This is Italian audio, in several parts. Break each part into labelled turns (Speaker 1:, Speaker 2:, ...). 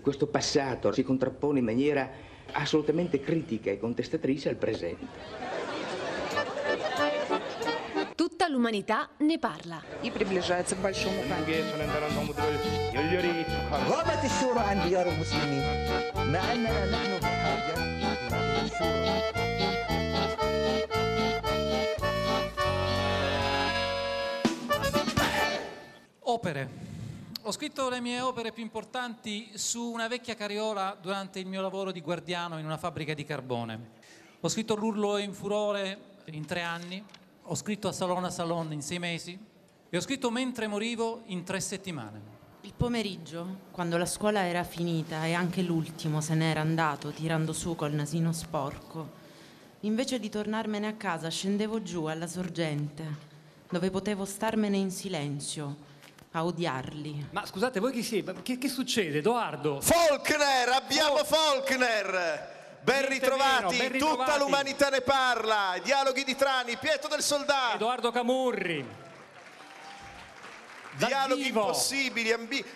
Speaker 1: questo passato si contrappone in maniera assolutamente critica e contestatrice al presente.
Speaker 2: Tutta l'umanità ne parla.
Speaker 3: И приближается к большому камню.
Speaker 4: غابت الشورى عن ديار المسلمين مع أننا نحن بحاجة إلى الشورى.
Speaker 5: Opere. Ho scritto le mie opere più importanti su una vecchia carriola durante il mio lavoro di guardiano in una fabbrica di carbone. Ho scritto L'urlo in furore in 3 anni, ho scritto A Salon in 6 mesi e ho scritto Mentre morivo in 3 settimane.
Speaker 6: Il pomeriggio, quando la scuola era finita e anche l'ultimo se n'era andato tirando su col nasino sporco, invece di tornarmene a casa scendevo giù alla sorgente, dove potevo starmene in silenzio, a odiarli.
Speaker 7: Ma scusate, voi chi siete? Che succede, Edoardo?
Speaker 8: Faulkner, abbiamo Faulkner! Ben ritrovati, tutta l'umanità ne parla, i dialoghi di Trani, Pietro del Soldato.
Speaker 7: Edoardo Camurri.
Speaker 8: Dialoghi impossibili,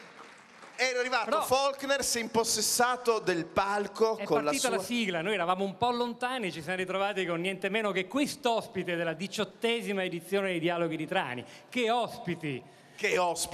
Speaker 8: era arrivato Faulkner, si è impossessato del palco con la sua...
Speaker 7: È partita la sigla, noi eravamo un po' lontani, ci siamo ritrovati con niente meno che quest'ospite della 18ª edizione dei Dialoghi di Trani. Che ospiti!
Speaker 8: Che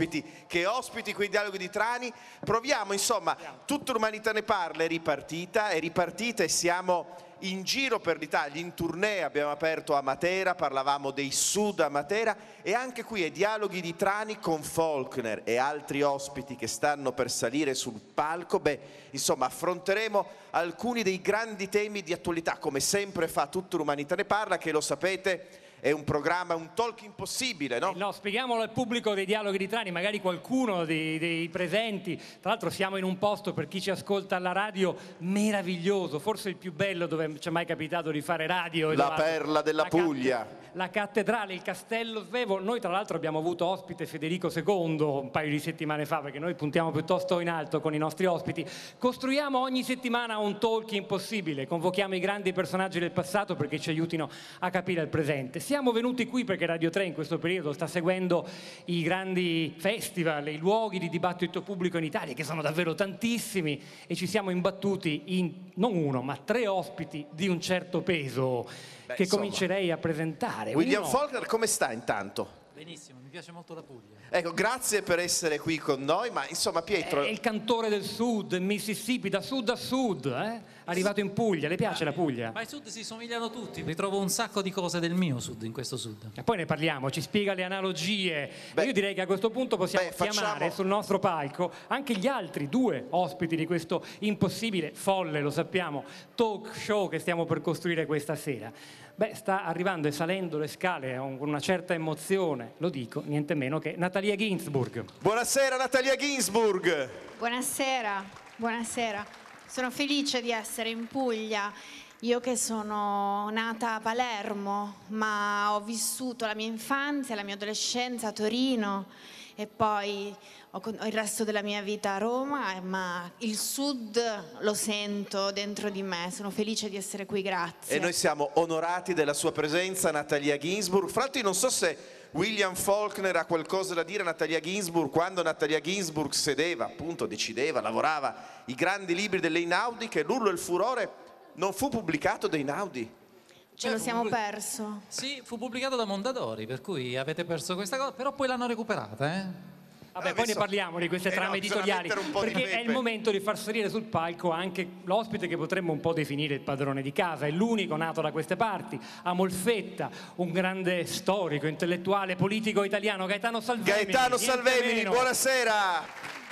Speaker 8: ospiti quei dialoghi di Trani. Proviamo, insomma, tutta l'umanità ne parla, è ripartita e siamo in giro per l'Italia, in tournée, abbiamo aperto a Matera, parlavamo dei Sud a Matera e anche qui ai dialoghi di Trani con Faulkner e altri ospiti che stanno per salire sul palco. Beh, insomma, affronteremo alcuni dei grandi temi di attualità, come sempre fa tutta l'umanità ne parla, che lo sapete è un programma, un talk impossibile, no?
Speaker 7: No, spieghiamolo al pubblico dei dialoghi di Trani, magari qualcuno dei presenti. Tra l'altro siamo in un posto, per chi ci ascolta alla radio, meraviglioso, forse il più bello dove ci è mai capitato di fare radio.
Speaker 8: La perla della Puglia.
Speaker 7: La cattedrale, il castello Svevo. Noi tra l'altro abbiamo avuto ospite Federico II un paio di settimane fa, perché noi puntiamo piuttosto in alto con i nostri ospiti. Costruiamo ogni settimana un talk impossibile, convochiamo i grandi personaggi del passato perché ci aiutino a capire il presente. Siamo venuti qui perché Radio 3 in questo periodo sta seguendo i grandi festival, i luoghi di dibattito pubblico in Italia, che sono davvero tantissimi, e ci siamo imbattuti in non uno ma 3 ospiti di un certo peso. Beh, che insomma, comincerei a presentare.
Speaker 8: William Faulkner, come sta intanto?
Speaker 5: Benissimo, mi piace molto la Puglia.
Speaker 8: Ecco, grazie per essere qui con noi, ma insomma Pietro...
Speaker 7: È il cantore del Sud, Mississippi, da sud a sud, arrivato in Puglia, le piace la Puglia?
Speaker 5: Ma i Sud si somigliano tutti, ritrovo un sacco di cose del mio Sud, in questo Sud.
Speaker 7: E poi ne parliamo, ci spiega le analogie. Io direi che a questo punto possiamo chiamare sul nostro palco anche gli altri 2 ospiti di questo impossibile, folle, lo sappiamo, talk show che stiamo per costruire questa sera. Beh, sta arrivando e salendo le scale con una certa emozione, lo dico, niente meno che Natalia Ginzburg.
Speaker 8: Buonasera Natalia Ginzburg.
Speaker 9: Buonasera, buonasera. Sono felice di essere in Puglia. Io che sono nata a Palermo, ma ho vissuto la mia infanzia, la mia adolescenza a Torino e poi ho il resto della mia vita a Roma, ma il Sud lo sento dentro di me. Sono felice di essere qui, grazie.
Speaker 8: E noi siamo onorati della sua presenza, Natalia Ginzburg. Fra l'altro io non so se William Faulkner ha qualcosa da dire a Natalia Ginzburg quando Natalia Ginzburg sedeva, appunto decideva, lavorava i grandi libri dell'Einaudi, che L'urlo e il furore non fu pubblicato da Einaudi.
Speaker 9: Ce lo siamo perso.
Speaker 5: Sì, fu pubblicato da Mondadori, per cui avete perso questa cosa, però poi l'hanno recuperata,
Speaker 7: Vabbè, poi ne parliamo di queste trame editoriali, perché è il momento di far salire sul palco anche l'ospite che potremmo un po' definire il padrone di casa, è l'unico nato da queste parti, a Molfetta, un grande storico, intellettuale, politico italiano, Gaetano Salvemini.
Speaker 8: Gaetano Salvemini, buonasera!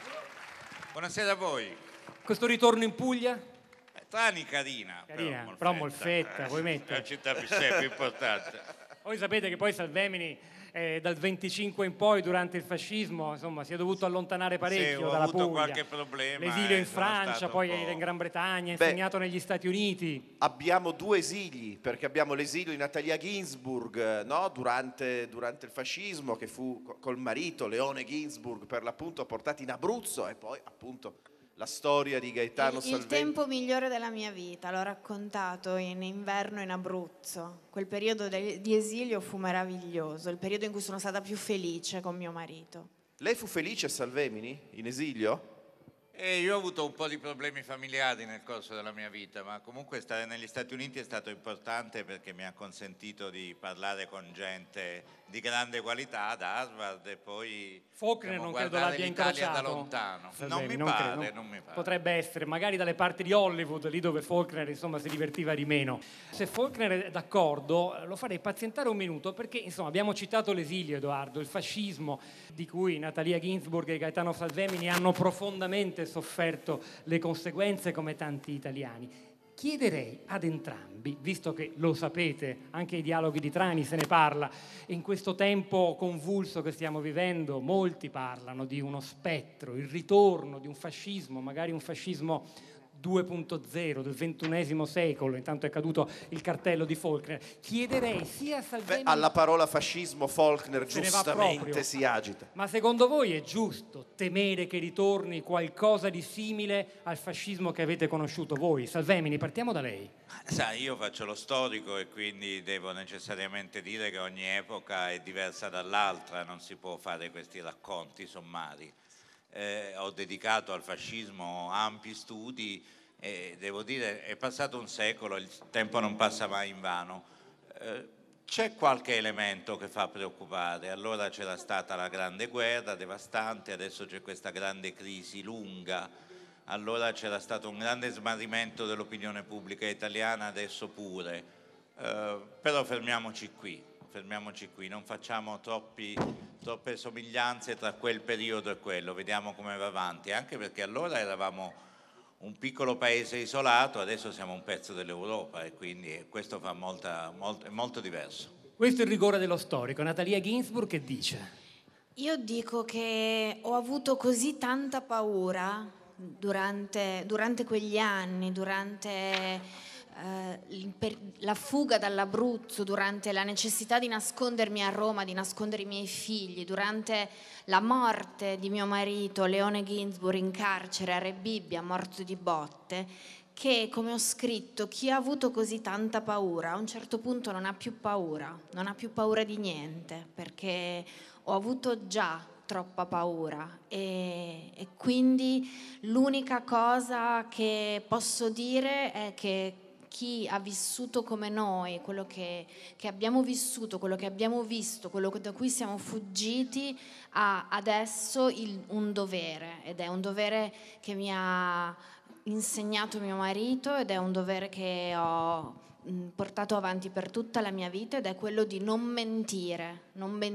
Speaker 10: Buonasera a voi.
Speaker 7: Questo ritorno in Puglia?
Speaker 10: Trani carina,
Speaker 7: però Molfetta, vuoi mettere?
Speaker 10: È la città più importante.
Speaker 7: Voi sapete che poi Salvemini dal 25 in poi, durante il fascismo, insomma, si è dovuto allontanare parecchio dalla Puglia.
Speaker 10: Ho avuto qualche problema.
Speaker 7: L'esilio in Francia, poi in Gran Bretagna, insegnato negli Stati Uniti.
Speaker 8: Abbiamo 2 esili, perché abbiamo l'esilio di Natalia Ginzburg, no? durante il fascismo, che fu col marito Leone Ginzburg, per l'appunto, portati in Abruzzo, e poi appunto la storia di Gaetano Salvemini.
Speaker 9: Il tempo migliore della mia vita, l'ho raccontato in inverno in Abruzzo. Quel periodo di esilio fu meraviglioso, il periodo in cui sono stata più felice con mio marito.
Speaker 8: Lei fu felice a Salvemini, in esilio?
Speaker 10: Io ho avuto un po' di problemi familiari nel corso della mia vita, ma comunque stare negli Stati Uniti è stato importante perché mi ha consentito di parlare con gente di grande qualità ad Harvard e poi
Speaker 7: Faulkner non credo l'abbia
Speaker 10: l'Italia da
Speaker 7: incrociato.
Speaker 10: lontano.
Speaker 7: Salvemi,
Speaker 10: Non mi pare.
Speaker 7: Potrebbe essere, magari dalle parti di Hollywood, lì dove Faulkner insomma si divertiva di meno. Se Faulkner è d'accordo, lo farei pazientare un minuto perché insomma abbiamo citato l'esilio, Edoardo, il fascismo di cui Natalia Ginzburg e Gaetano Salvemini hanno profondamente sofferto le conseguenze come tanti italiani. Chiederei ad entrambi, visto che lo sapete, anche ai dialoghi di Trani se ne parla, in questo tempo convulso che stiamo vivendo, molti parlano di uno spettro, il ritorno di un fascismo, magari un fascismo 2.0 del XXI secolo, intanto è caduto il cartello di Faulkner. Chiederei sia a Salvemini...
Speaker 8: alla parola fascismo Faulkner
Speaker 7: Se ne va
Speaker 8: giustamente
Speaker 7: proprio.
Speaker 8: si agita.
Speaker 7: Ma secondo voi è giusto temere che ritorni qualcosa di simile al fascismo che avete conosciuto voi? Salvemini, partiamo da lei.
Speaker 10: Sai, io faccio lo storico e quindi devo necessariamente dire che ogni epoca è diversa dall'altra, non si può fare questi racconti sommari. Ho dedicato al fascismo ampi studi e devo dire è passato un secolo, il tempo non passa mai invano. C'è qualche elemento che fa preoccupare. Allora c'era stata la grande guerra devastante, adesso c'è questa grande crisi lunga, allora c'era stato un grande smarrimento dell'opinione pubblica italiana, adesso pure. Però fermiamoci qui, non facciamo troppe somiglianze tra quel periodo e quello, vediamo come va avanti, anche perché allora eravamo un piccolo paese isolato, adesso siamo un pezzo dell'Europa e quindi questo fa è molto diverso.
Speaker 7: Questo è il rigore dello storico. Natalia Ginzburg che dice?
Speaker 9: Io dico che ho avuto così tanta paura durante quegli anni, durante la fuga dall'Abruzzo, durante la necessità di nascondermi a Roma, di nascondere i miei figli, durante la morte di mio marito Leone Ginzburg in carcere a Rebibbia, morto di botte, che, come ho scritto, chi ha avuto così tanta paura a un certo punto non ha più paura di niente, perché ho avuto già troppa paura e quindi l'unica cosa che posso dire è che chi ha vissuto come noi, quello che abbiamo vissuto, quello che abbiamo visto, quello da cui siamo fuggiti, ha adesso un dovere, ed è un dovere che mi ha insegnato mio marito ed è un dovere che ho portato avanti per tutta la mia vita, ed è quello di non mentire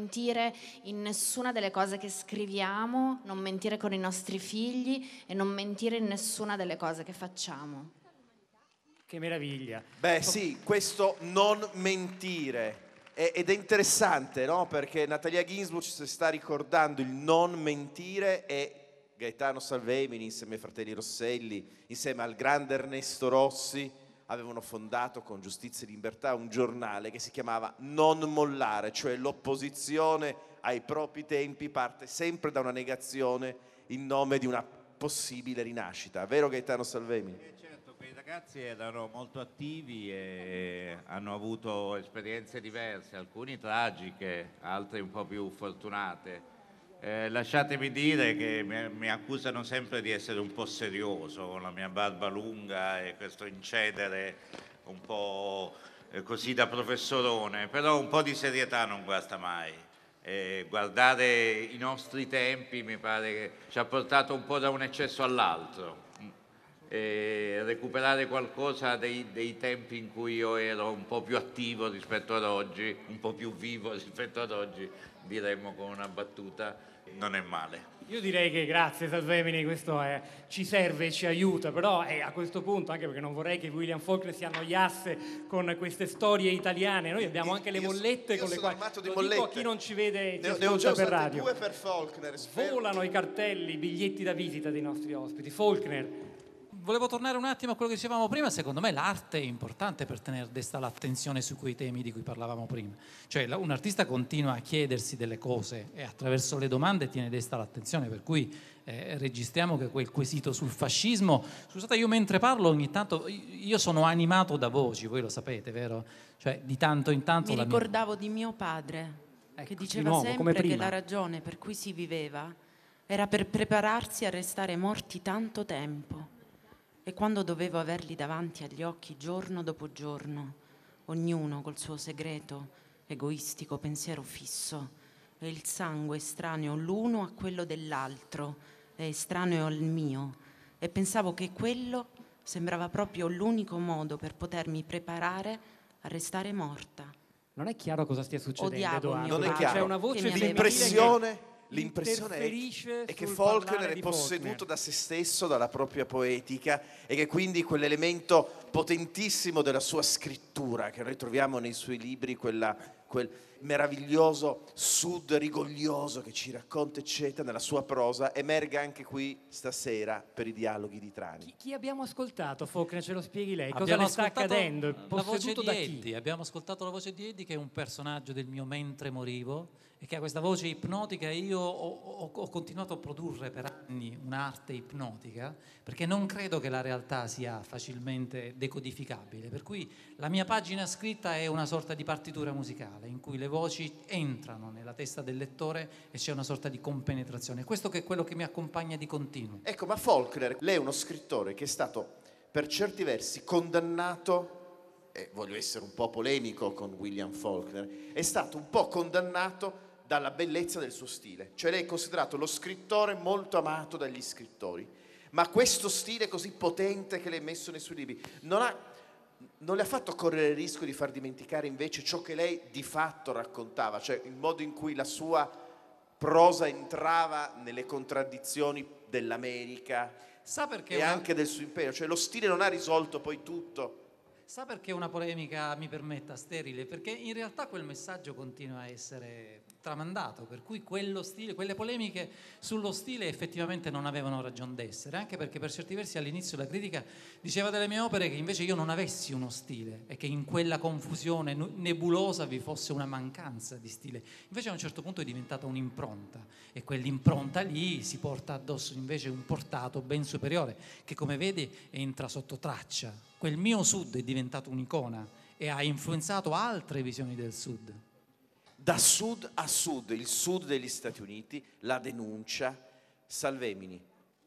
Speaker 9: in nessuna delle cose che scriviamo, non mentire con i nostri figli e non mentire in nessuna delle cose che facciamo.
Speaker 7: Che meraviglia.
Speaker 8: Beh sì, questo non mentire ed è interessante, no? Perché Natalia Ginzburg ci sta ricordando il non mentire e Gaetano Salvemini insieme ai fratelli Rosselli, insieme al grande Ernesto Rossi, avevano fondato con Giustizia e Libertà un giornale che si chiamava Non Mollare, cioè l'opposizione ai propri tempi parte sempre da una negazione in nome di una possibile rinascita. Vero Gaetano Salvemini?
Speaker 10: I ragazzi erano molto attivi e hanno avuto esperienze diverse, alcune tragiche, altre un po' più fortunate. Lasciatemi dire che mi accusano sempre di essere un po' serioso con la mia barba lunga e questo incedere un po' così da professorone, però un po' di serietà non guasta mai. Guardare i nostri tempi mi pare che ci ha portato un po' da un eccesso all'altro. Recuperare qualcosa dei tempi in cui io ero un po' più attivo rispetto ad oggi, un po' più vivo rispetto ad oggi, diremmo con una battuta, non è male.
Speaker 7: Io direi che grazie Salvemini, questo ci serve e ci aiuta, però a questo punto, anche perché non vorrei che William Faulkner si annoiasse con queste storie italiane, noi abbiamo anche le mollette con le quali, lo dico a chi non ci vede, ci ascolta per radio,
Speaker 8: 2 per Faulkner,
Speaker 7: volano i cartelli, i biglietti da visita dei nostri ospiti. Faulkner.
Speaker 5: Volevo tornare un attimo a quello che dicevamo prima. Secondo me l'arte è importante per tenere desta l'attenzione su quei temi di cui parlavamo prima. Cioè un artista continua a chiedersi delle cose e attraverso le domande tiene desta l'attenzione, per cui registriamo che quel quesito sul fascismo, scusate, io mentre parlo ogni tanto, io sono animato da voci, voi lo sapete, vero? Cioè di tanto in tanto
Speaker 6: mi ricordavo di mio padre, che diceva
Speaker 7: nuovo,
Speaker 6: sempre che la ragione per cui si viveva Era per prepararsi a restare morti tanto tempo. E quando dovevo averli davanti agli occhi giorno dopo giorno, ognuno col suo segreto, egoistico pensiero fisso, e il sangue estraneo l'uno a quello dell'altro e estraneo al mio, e pensavo che quello sembrava proprio l'unico modo per potermi preparare a restare morta.
Speaker 7: Non è chiaro cosa stia succedendo,
Speaker 6: Odiavo
Speaker 7: Edoardo.
Speaker 6: mio
Speaker 8: Non è
Speaker 6: padre,
Speaker 8: chiaro.
Speaker 7: C'è una voce
Speaker 6: che mi aveva
Speaker 8: L'impressione
Speaker 7: interferisce
Speaker 8: è che
Speaker 7: sul
Speaker 8: Faulkner
Speaker 7: parlare
Speaker 8: è
Speaker 7: di
Speaker 8: posseduto
Speaker 7: Faulkner.
Speaker 8: da se stesso, dalla propria poetica, e che quindi quell'elemento potentissimo della sua scrittura, che noi troviamo nei suoi libri, quel meraviglioso sud rigoglioso che ci racconta, eccetera, nella sua prosa, emerga anche qui stasera per i dialoghi di Trani.
Speaker 7: Chi abbiamo ascoltato, Faulkner? Ce lo spieghi lei? Cosa
Speaker 5: Abbiamo
Speaker 7: le sta
Speaker 5: ascoltato
Speaker 7: accadendo?
Speaker 5: la voce
Speaker 7: Posseduto
Speaker 5: di
Speaker 7: da
Speaker 5: Eddie.
Speaker 7: chi?
Speaker 5: Abbiamo ascoltato la voce di Eddie, che è un personaggio del mio Mentre morivo, e che ha questa voce ipnotica. Io ho continuato a produrre per anni un'arte ipnotica, perché non credo che la realtà sia facilmente decodificabile, per cui la mia pagina scritta è una sorta di partitura musicale in cui le voci entrano nella testa del lettore e c'è una sorta di compenetrazione. Questo che è quello che mi accompagna di continuo.
Speaker 8: Ecco, ma Faulkner, lei è uno scrittore che è stato per certi versi condannato, e voglio essere un po' polemico con William Faulkner, è stato un po' condannato dalla bellezza del suo stile. Cioè lei è considerato lo scrittore molto amato dagli scrittori, ma questo stile così potente che lei ha messo nei suoi libri non le ha fatto correre il rischio di far dimenticare invece ciò che lei di fatto raccontava, cioè il modo in cui la sua prosa entrava nelle contraddizioni dell'America e anche del suo impero, cioè lo stile non ha risolto poi tutto.
Speaker 5: Sa perché una polemica mi permetta sterile? Perché in realtà quel messaggio continua a essere tramandato, per cui quello stile, quelle polemiche sullo stile effettivamente non avevano ragion d'essere, anche perché per certi versi all'inizio la critica diceva delle mie opere che invece io non avessi uno stile e che in quella confusione nebulosa vi fosse una mancanza di stile. Invece a un certo punto è diventata un'impronta, e quell'impronta lì si porta addosso invece un portato ben superiore, che come vedi entra sotto traccia. Quel mio sud è diventato un'icona e ha influenzato altre visioni del sud.
Speaker 8: Da sud a sud, il sud degli Stati Uniti, la denuncia. Salvemini,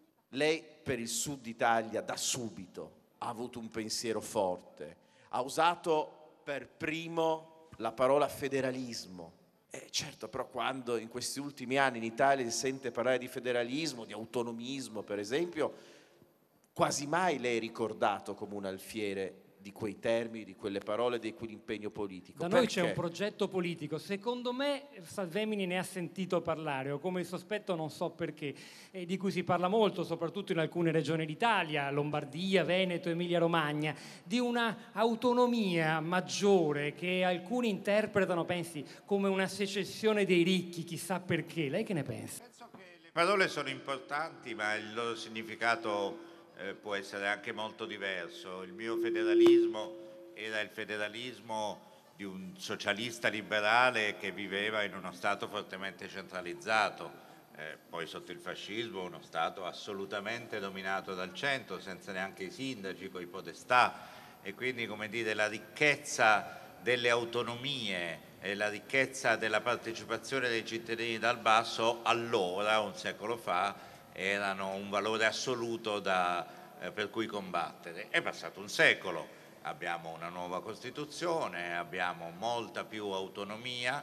Speaker 8: lei per il sud Italia da subito ha avuto un pensiero forte, ha usato per primo la parola federalismo. Certo, però quando in questi ultimi anni in Italia si sente parlare di federalismo, di autonomismo per esempio, quasi mai lei è ricordato come un alfiere di quei termini, di quelle parole, di quell'impegno politico.
Speaker 7: Da noi c'è un progetto politico, secondo me Salvemini ne ha sentito parlare, o come il sospetto non so perché, di cui si parla molto soprattutto in alcune regioni d'Italia, Lombardia, Veneto, Emilia Romagna, di una autonomia maggiore che alcuni interpretano, pensi, come una secessione dei ricchi, chissà perché. Lei che ne pensa?
Speaker 10: Penso che le parole sono importanti, ma il loro significato può essere anche molto diverso. Il mio federalismo era il federalismo di un socialista liberale che viveva in uno Stato fortemente centralizzato, poi sotto il fascismo uno Stato assolutamente dominato dal centro, senza neanche i sindaci, coi podestà, e quindi, come dire, la ricchezza delle autonomie e la ricchezza della partecipazione dei cittadini dal basso allora, un secolo fa, erano un valore assoluto per cui combattere. È passato un secolo, abbiamo una nuova Costituzione, abbiamo molta più autonomia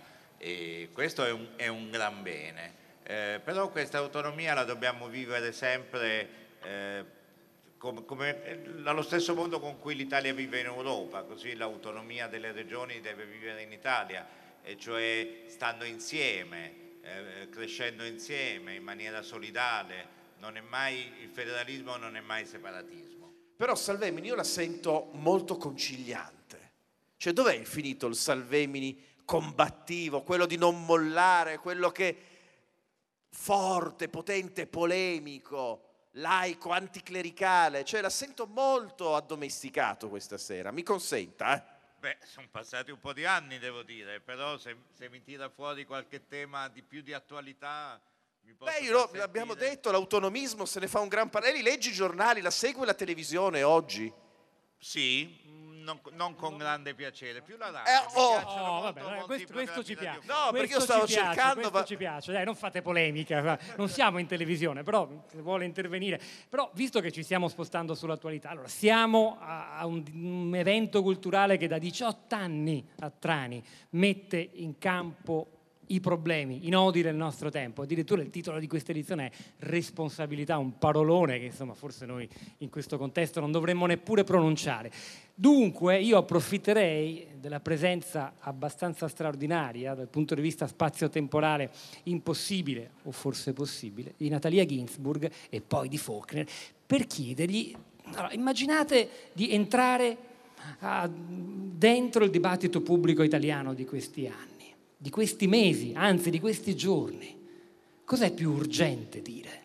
Speaker 10: e questo è un gran bene. Però questa autonomia la dobbiamo vivere sempre allo stesso modo con cui l'Italia vive in Europa, così l'autonomia delle regioni deve vivere in Italia, e cioè stando insieme, crescendo insieme in maniera solidale. Il federalismo non è mai separatismo.
Speaker 8: Però Salvemini io la sento molto conciliante. Cioè dov'è finito il Salvemini combattivo, quello di non mollare, quello che forte, potente, polemico, laico, anticlericale? Cioè la sento molto addomesticato questa sera, mi consenta,
Speaker 10: Beh, sono passati un po' di anni, devo dire, però se mi tira fuori qualche tema di più di attualità mi posso sentire.
Speaker 8: L'abbiamo detto, l'autonomismo se ne fa un gran parlare. Leggi i giornali, la segue la televisione oggi?
Speaker 10: Sì, non con grande piacere, più la
Speaker 7: questo ci piace.
Speaker 8: No, perché io stavo cercando...
Speaker 7: Questo ci piace, dai, non fate polemica, non siamo in televisione, però se vuole intervenire. Però, visto che ci stiamo spostando sull'attualità, allora siamo a un evento culturale che da 18 anni a Trani mette in campo i problemi, i nodi del nostro tempo. Addirittura il titolo di questa edizione è Responsabilità, un parolone che insomma forse noi in questo contesto non dovremmo neppure pronunciare. Dunque io approfitterei della presenza abbastanza straordinaria dal punto di vista spazio-temporale impossibile, o forse possibile, di Natalia Ginzburg e poi di Faulkner per chiedergli, allora, immaginate di entrare dentro il dibattito pubblico italiano di questi anni, di questi mesi, anzi di questi giorni. Cos'è più urgente dire?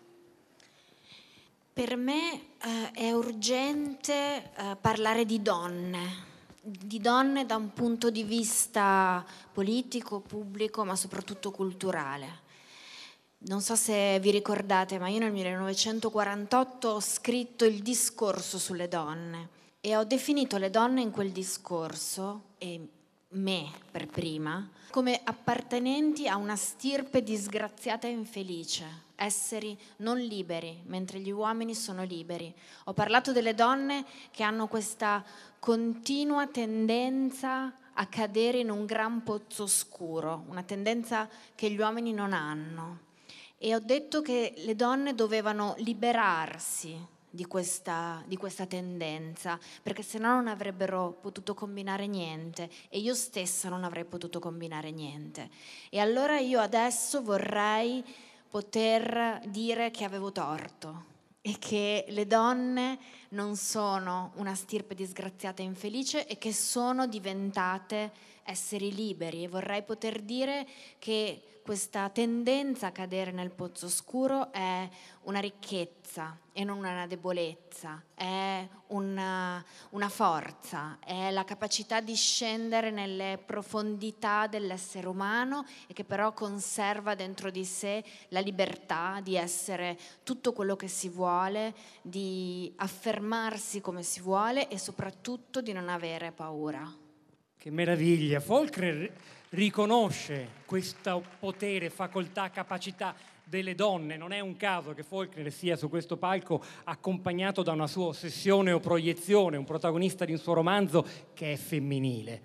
Speaker 9: Per me è urgente parlare di donne da un punto di vista politico, pubblico, ma soprattutto culturale. Non so se vi ricordate, ma io nel 1948 ho scritto il discorso sulle donne e ho definito le donne in quel discorso, e me per prima, come appartenenti a una stirpe disgraziata e infelice, esseri non liberi, mentre gli uomini sono liberi. Ho parlato delle donne che hanno questa continua tendenza a cadere in un gran pozzo oscuro, una tendenza che gli uomini non hanno. E ho detto che le donne dovevano liberarsi di questa tendenza, perché sennò non avrebbero potuto combinare niente e io stessa non avrei potuto combinare niente. E allora io adesso vorrei poter dire che avevo torto e che le donne non sono una stirpe disgraziata e infelice e che sono diventate esseri liberi, e vorrei poter dire che questa tendenza a cadere nel pozzo oscuro è una ricchezza e non una debolezza, è una forza, è la capacità di scendere nelle profondità dell'essere umano e che però conserva dentro di sé la libertà di essere tutto quello che si vuole, di affermarsi come si vuole e soprattutto di non avere paura.
Speaker 7: Che meraviglia! Faulkner riconosce questo potere, facoltà, capacità delle donne. Non è un caso che Faulkner sia su questo palco accompagnato da una sua ossessione o proiezione, un protagonista di un suo romanzo che è femminile.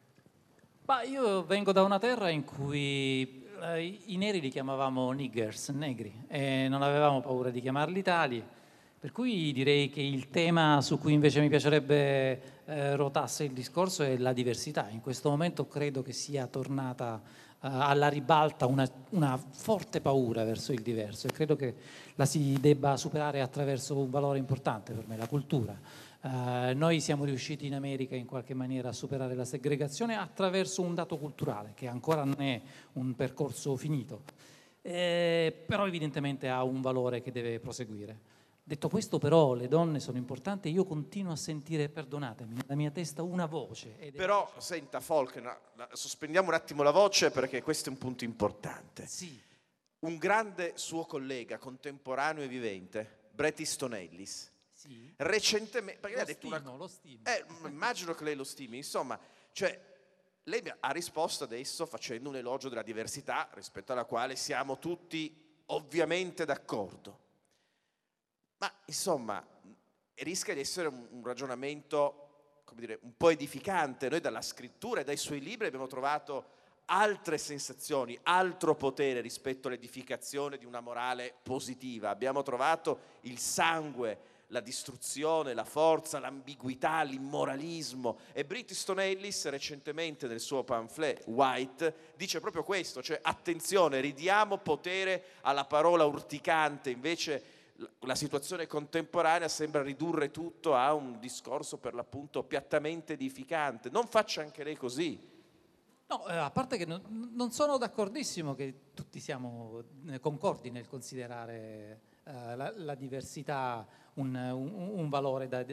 Speaker 5: Ma io vengo da una terra in cui i neri li chiamavamo niggers, negri, e non avevamo paura di chiamarli tali. Per cui direi che il tema su cui invece mi piacerebbe ruotasse il discorso è la diversità. In questo momento credo che sia tornata alla ribalta una forte paura verso il diverso, e credo che la si debba superare attraverso un valore importante per me, la cultura. Noi siamo riusciti in America in qualche maniera a superare la segregazione attraverso un dato culturale che ancora non è un percorso finito, però evidentemente ha un valore che deve proseguire. Detto questo, però, le donne sono importanti e io continuo a sentire, perdonatemi, nella mia testa una voce.
Speaker 8: Però, senta, Faulkner, sospendiamo un attimo la voce perché questo è un punto importante.
Speaker 5: Sì.
Speaker 8: Un grande suo collega, contemporaneo e vivente, Bret Easton Ellis,
Speaker 5: sì,
Speaker 8: recentemente... Perché
Speaker 5: lo
Speaker 8: lei ha detto
Speaker 5: lo stimo.
Speaker 8: Immagino che lei lo stimi, insomma, cioè... Lei ha risposto adesso facendo un elogio della diversità rispetto alla quale siamo tutti ovviamente d'accordo. Ma insomma rischia di essere un ragionamento, come dire, un po' edificante. Noi dalla scrittura e dai suoi libri abbiamo trovato altre sensazioni, altro potere rispetto all'edificazione di una morale positiva. Abbiamo trovato il sangue, la distruzione, la forza, l'ambiguità, l'immoralismo. E Bret Easton Ellis recentemente nel suo pamphlet White dice proprio questo, cioè attenzione, ridiamo potere alla parola urticante. Invece la situazione contemporanea sembra ridurre tutto a un discorso per l'appunto piattamente edificante. Non faccia anche lei così?
Speaker 5: No, a parte che non sono d'accordissimo che tutti siamo concordi nel considerare la diversità un valore da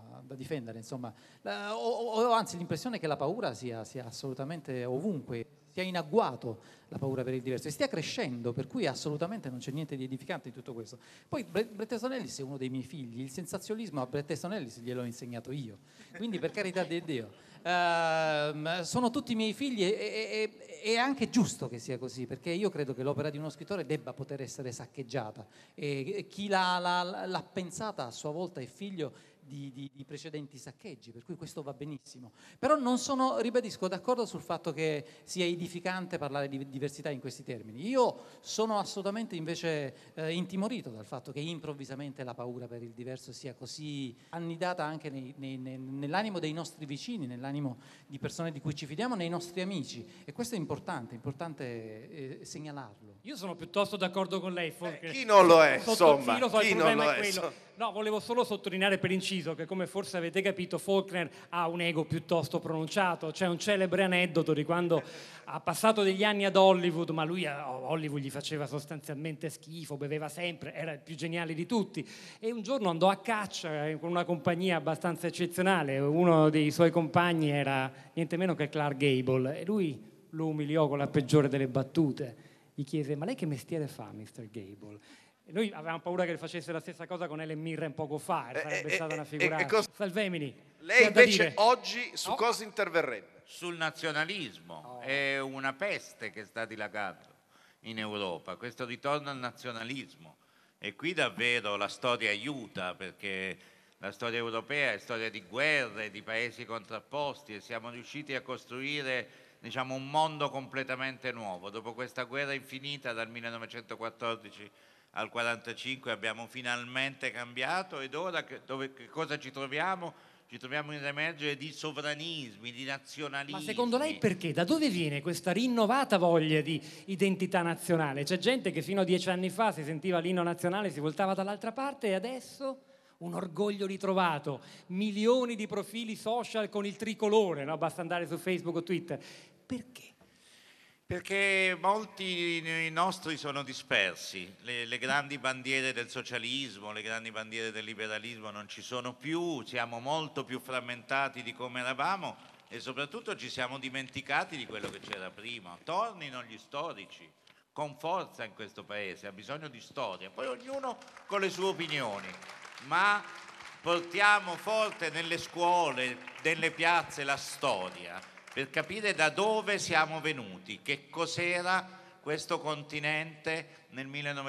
Speaker 5: difendere, insomma. Ho anzi l'impressione che la paura sia assolutamente ovunque, sia in agguato la paura per il diverso e stia crescendo, per cui assolutamente non c'è niente di edificante in tutto questo. Poi Bret Easton Ellis è uno dei miei figli, il sensazionismo a Bret Easton Ellis gliel'ho insegnato io, quindi per carità di Dio. Sono tutti i miei figli e è anche giusto che sia così, perché io credo che l'opera di uno scrittore debba poter essere saccheggiata e chi l'ha pensata a sua volta è figlio di precedenti saccheggi, per cui questo va benissimo. Però non sono, ribadisco, d'accordo sul fatto che sia edificante parlare di diversità in questi termini. Io sono assolutamente invece intimorito dal fatto che improvvisamente la paura per il diverso sia così annidata anche nell'animo dei nostri vicini, nell'animo di persone di cui ci fidiamo, nei nostri amici, e questo è importante segnalarlo.
Speaker 7: Io sono piuttosto d'accordo con lei.
Speaker 8: Chi non lo è, insomma?
Speaker 7: Chi non lo è? No, volevo solo sottolineare per inciso che, come forse avete capito, Faulkner ha un ego piuttosto pronunciato. C'è un celebre aneddoto di quando ha passato degli anni ad Hollywood, ma lui a Hollywood gli faceva sostanzialmente schifo, beveva sempre, era il più geniale di tutti, e un giorno andò a caccia con una compagnia abbastanza eccezionale. Uno dei suoi compagni era niente meno che Clark Gable e lui lo umiliò con la peggiore delle battute. Gli chiese: ma lei che mestiere fa, Mr. Gable? E noi avevamo paura che facesse la stessa cosa con Helen Mirren poco fa, sarebbe stata una figurata. Salvemini,
Speaker 8: lei invece oggi su cosa interverrebbe?
Speaker 10: Sul nazionalismo. È una peste che sta dilagando in Europa, questo ritorno al nazionalismo, e qui davvero la storia aiuta, perché la storia europea è storia di guerre, di paesi contrapposti, e siamo riusciti a costruire, diciamo, un mondo completamente nuovo. Dopo questa guerra infinita dal 1914 al 1945 abbiamo finalmente cambiato, ed ora che cosa ci troviamo? Ci troviamo in remergere di sovranismi, di nazionalismi.
Speaker 7: Ma secondo lei perché? Da dove viene questa rinnovata voglia di identità nazionale? C'è gente che fino a 10 anni fa si sentiva l'inno nazionale, si voltava dall'altra parte, e adesso un orgoglio ritrovato, milioni di profili social con il tricolore, no? Basta andare su Facebook o Twitter. Perché?
Speaker 10: Perché molti nostri sono dispersi, le grandi bandiere del socialismo, le grandi bandiere del liberalismo non ci sono più, siamo molto più frammentati di come eravamo, e soprattutto ci siamo dimenticati di quello che c'era prima. Tornino gli storici con forza in questo paese, ha bisogno di storia, poi ognuno con le sue opinioni, ma portiamo forte nelle scuole, nelle piazze la storia, per capire da dove siamo venuti, che cos'era questo continente nel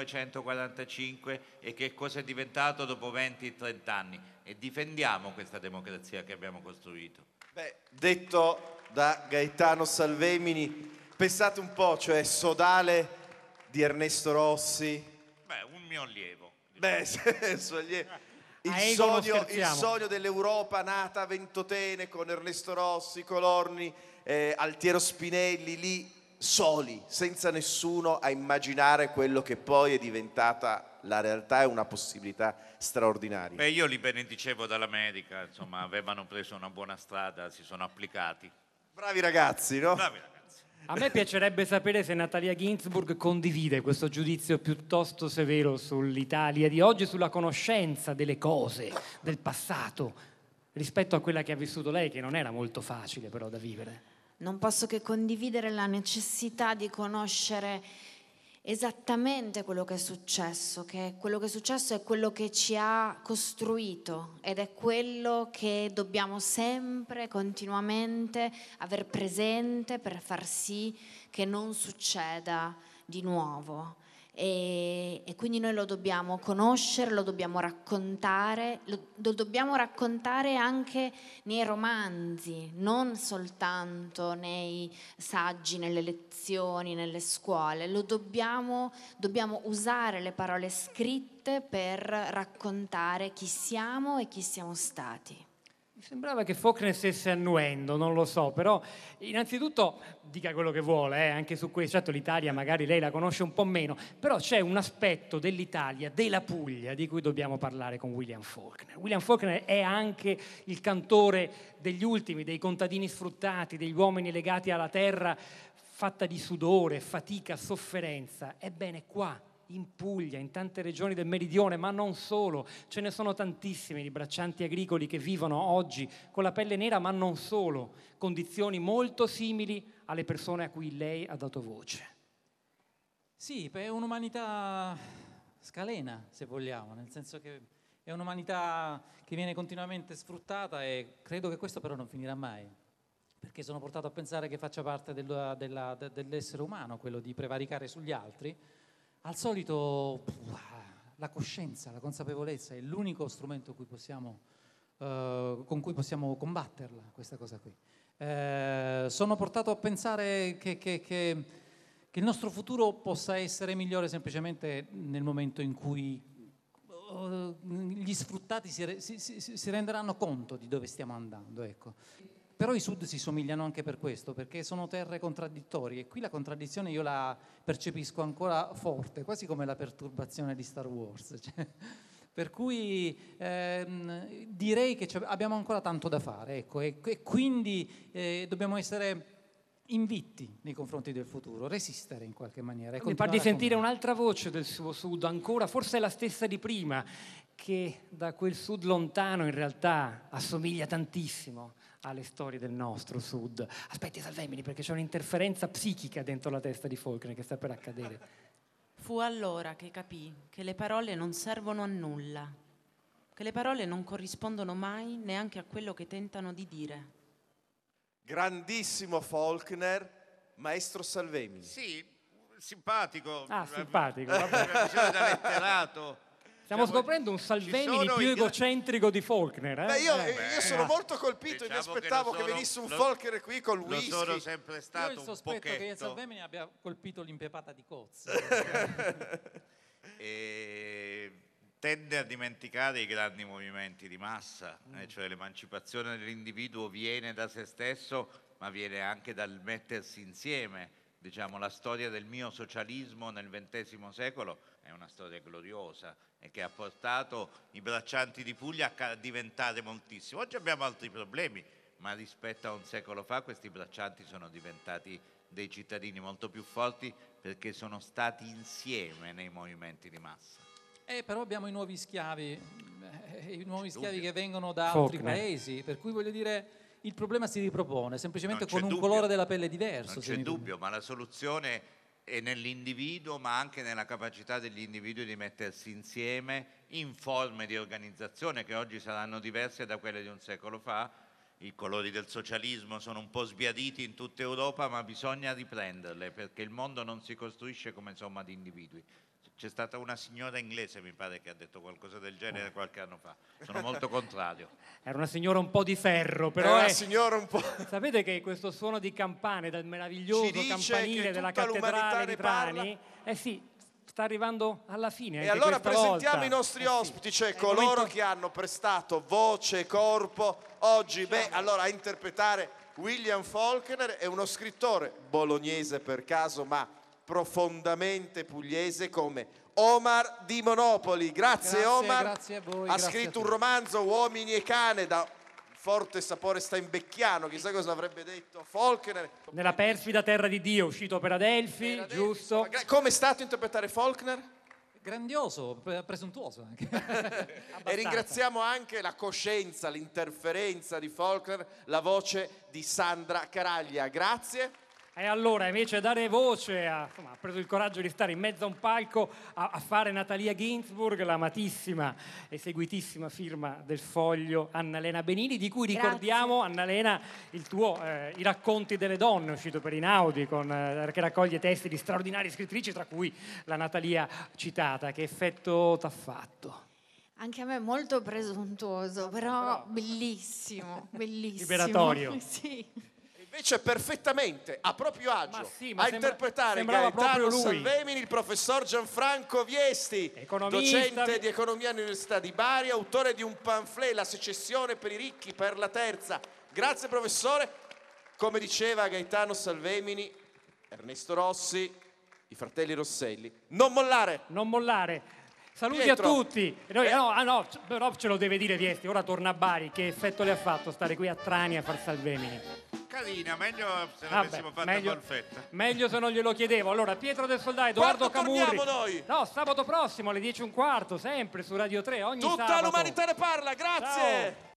Speaker 10: 1945 e che cosa è diventato dopo 20-30 anni, e difendiamo questa democrazia che abbiamo costruito.
Speaker 8: Beh, detto da Gaetano Salvemini, pensate un po', cioè Sodale di Ernesto Rossi.
Speaker 10: Beh, un mio allievo.
Speaker 8: Beh, il sogno dell'Europa nata a Ventotene con Ernesto Rossi, Colorni, Altiero Spinelli, lì soli, senza nessuno a immaginare quello che poi è diventata la realtà e una possibilità straordinaria.
Speaker 10: Beh, io li benedicevo dall'America, insomma, avevano preso una buona strada, si sono applicati.
Speaker 8: Bravi ragazzi, no?
Speaker 10: Bravi ragazzi.
Speaker 7: A me piacerebbe sapere se Natalia Ginzburg condivide questo giudizio piuttosto severo sull'Italia di oggi, sulla conoscenza delle cose, del passato, rispetto a quella che ha vissuto lei, che non era molto facile però da vivere.
Speaker 9: Non posso che condividere la necessità di conoscere esattamente quello che è successo, che quello che è successo è quello che ci ha costruito ed è quello che dobbiamo sempre, continuamente aver presente per far sì che non succeda di nuovo. E quindi noi lo dobbiamo conoscere, lo dobbiamo raccontare, lo dobbiamo raccontare anche nei romanzi, non soltanto nei saggi, nelle lezioni, nelle scuole. Dobbiamo usare le parole scritte per raccontare chi siamo e chi siamo stati.
Speaker 7: Mi sembrava che Faulkner stesse annuendo, non lo so, però innanzitutto dica quello che vuole, anche su questo. Certo, l'Italia magari lei la conosce un po' meno, però c'è un aspetto dell'Italia, della Puglia, di cui dobbiamo parlare con William Faulkner. William Faulkner è anche il cantore degli ultimi, dei contadini sfruttati, degli uomini legati alla terra fatta di sudore, fatica, sofferenza. Ebbene, qua in Puglia, in tante regioni del meridione, ma non solo. Ce ne sono tantissimi di braccianti agricoli che vivono oggi con la pelle nera, ma non solo, condizioni molto simili alle persone a cui lei ha dato voce.
Speaker 5: Sì, è un'umanità scalena, se vogliamo, nel senso che è un'umanità che viene continuamente sfruttata e credo che questo però non finirà mai, perché sono portato a pensare che faccia parte dell'essere umano, quello di prevaricare sugli altri. Al solito la coscienza, la consapevolezza è l'unico strumento con cui possiamo combatterla, questa cosa qui. Sono portato a pensare che il nostro futuro possa essere migliore semplicemente nel momento in cui gli sfruttati si renderanno conto di dove stiamo andando, ecco. Però i Sud si somigliano anche per questo, perché sono terre contraddittorie e qui la contraddizione io la percepisco ancora forte, quasi come la perturbazione di Star Wars. Cioè, per cui direi che abbiamo ancora tanto da fare, ecco, e quindi dobbiamo essere invitti nei confronti del futuro, resistere in qualche maniera.
Speaker 7: Mi pare di sentire un'altra voce del suo Sud, ancora forse la stessa di prima, che da quel Sud lontano in realtà assomiglia tantissimo alle storie del nostro Sud. Aspetti Salvemini, perché c'è un'interferenza psichica dentro la testa di Faulkner che sta per accadere.
Speaker 6: Fu allora che capì che le parole non servono a nulla, che le parole non corrispondono mai neanche a quello che tentano di dire.
Speaker 8: Grandissimo Faulkner, maestro Salvemini.
Speaker 10: Sì, simpatico.
Speaker 7: Simpatico.
Speaker 10: Una visione da letterato.
Speaker 7: Stiamo scoprendo un Salvemini più egocentrico di Faulkner.
Speaker 8: Beh, io sono molto colpito,
Speaker 10: diciamo
Speaker 8: mi aspettavo che venisse un Faulkner qui con whisky.
Speaker 10: Lo sono sempre stato
Speaker 5: io il sospetto che Salvemini abbia colpito l'impiepata di Cozzi.
Speaker 10: E tende a dimenticare i grandi movimenti di massa, cioè l'emancipazione dell'individuo viene da se stesso, ma viene anche dal mettersi insieme. Diciamo, la storia del mio socialismo nel XX secolo è una storia gloriosa e che ha portato i braccianti di Puglia a diventare moltissimo. Oggi abbiamo altri problemi, ma rispetto a un secolo fa questi braccianti sono diventati dei cittadini molto più forti perché sono stati insieme nei movimenti di massa.
Speaker 5: Però abbiamo i nuovi schiavi che vengono da altri paesi, per cui voglio dire il problema si ripropone, semplicemente con un colore della pelle diverso.
Speaker 10: Non c'è dubbio, ma la soluzione è nell'individuo, ma anche nella capacità degli individui di mettersi insieme in forme di organizzazione che oggi saranno diverse da quelle di un secolo fa. I colori del socialismo sono un po' sbiaditi in tutta Europa, ma bisogna riprenderle perché il mondo non si costruisce come somma di individui. C'è stata una signora inglese, mi pare, che ha detto qualcosa del genere qualche anno fa. Sono molto contrario.
Speaker 7: Era una signora un po' di ferro, però
Speaker 8: una signora un po'...
Speaker 7: Sapete che questo suono di campane dal meraviglioso campanile della cattedrale di Trani, sì, sta arrivando alla fine.
Speaker 8: E allora presentiamo
Speaker 7: volta
Speaker 8: i nostri ospiti, cioè coloro che hanno prestato voce e corpo oggi, allora a interpretare William Faulkner è uno scrittore bolognese per caso, ma profondamente pugliese come Omar di Monopoli. Grazie Omar.
Speaker 5: Grazie a voi.
Speaker 8: Ha scritto un romanzo, Uomini e cane, da forte sapore steinbecchiano, chissà cosa avrebbe detto Faulkner.
Speaker 7: Nella perfida terra di Dio, uscito per Adelphi, giusto?
Speaker 8: Come è stato interpretare Faulkner?
Speaker 5: Grandioso, presuntuoso anche.
Speaker 8: E ringraziamo anche la coscienza, l'interferenza di Faulkner, la voce di Sandra Caraglia. Grazie.
Speaker 7: E allora, invece dare voce, ha preso il coraggio di stare in mezzo a un palco a fare Natalia Ginzburg, l'amatissima e seguitissima firma del Foglio Annalena Benini, di cui ricordiamo, Annalena, il tuo I racconti delle donne, uscito per Inaudi, che raccoglie testi di straordinarie scrittrici, tra cui la Natalia citata. Che effetto t'ha fatto?
Speaker 9: Anche a me molto presuntuoso, però bellissimo, bellissimo.
Speaker 7: Liberatorio.
Speaker 9: Sì.
Speaker 8: Invece perfettamente a proprio agio
Speaker 7: ma
Speaker 8: a interpretare Gaetano Salvemini il professor Gianfranco Viesti, docente di economia all'Università di Bari, autore di un pamphlet, La secessione per i ricchi, per la terza. Grazie professore. Come diceva Gaetano Salvemini, Ernesto Rossi, i fratelli Rosselli, non mollare.
Speaker 7: Non mollare. Saluti
Speaker 8: Pietro.
Speaker 7: A tutti. No, però ce lo deve dire Viesti. Ora torna a Bari. Che effetto le ha fatto stare qui a Trani a far Salvemini?
Speaker 10: carina, meglio se l'avessimo fatta golfetta.
Speaker 7: Meglio se non glielo chiedevo. Allora, Pietro del Soldà, Edoardo Camurri.
Speaker 11: Noi?
Speaker 7: No, sabato prossimo alle 10:15, sempre su Radio 3, ogni
Speaker 11: Tutta
Speaker 7: sabato.
Speaker 11: l'umanità ne parla, grazie!
Speaker 7: Ciao.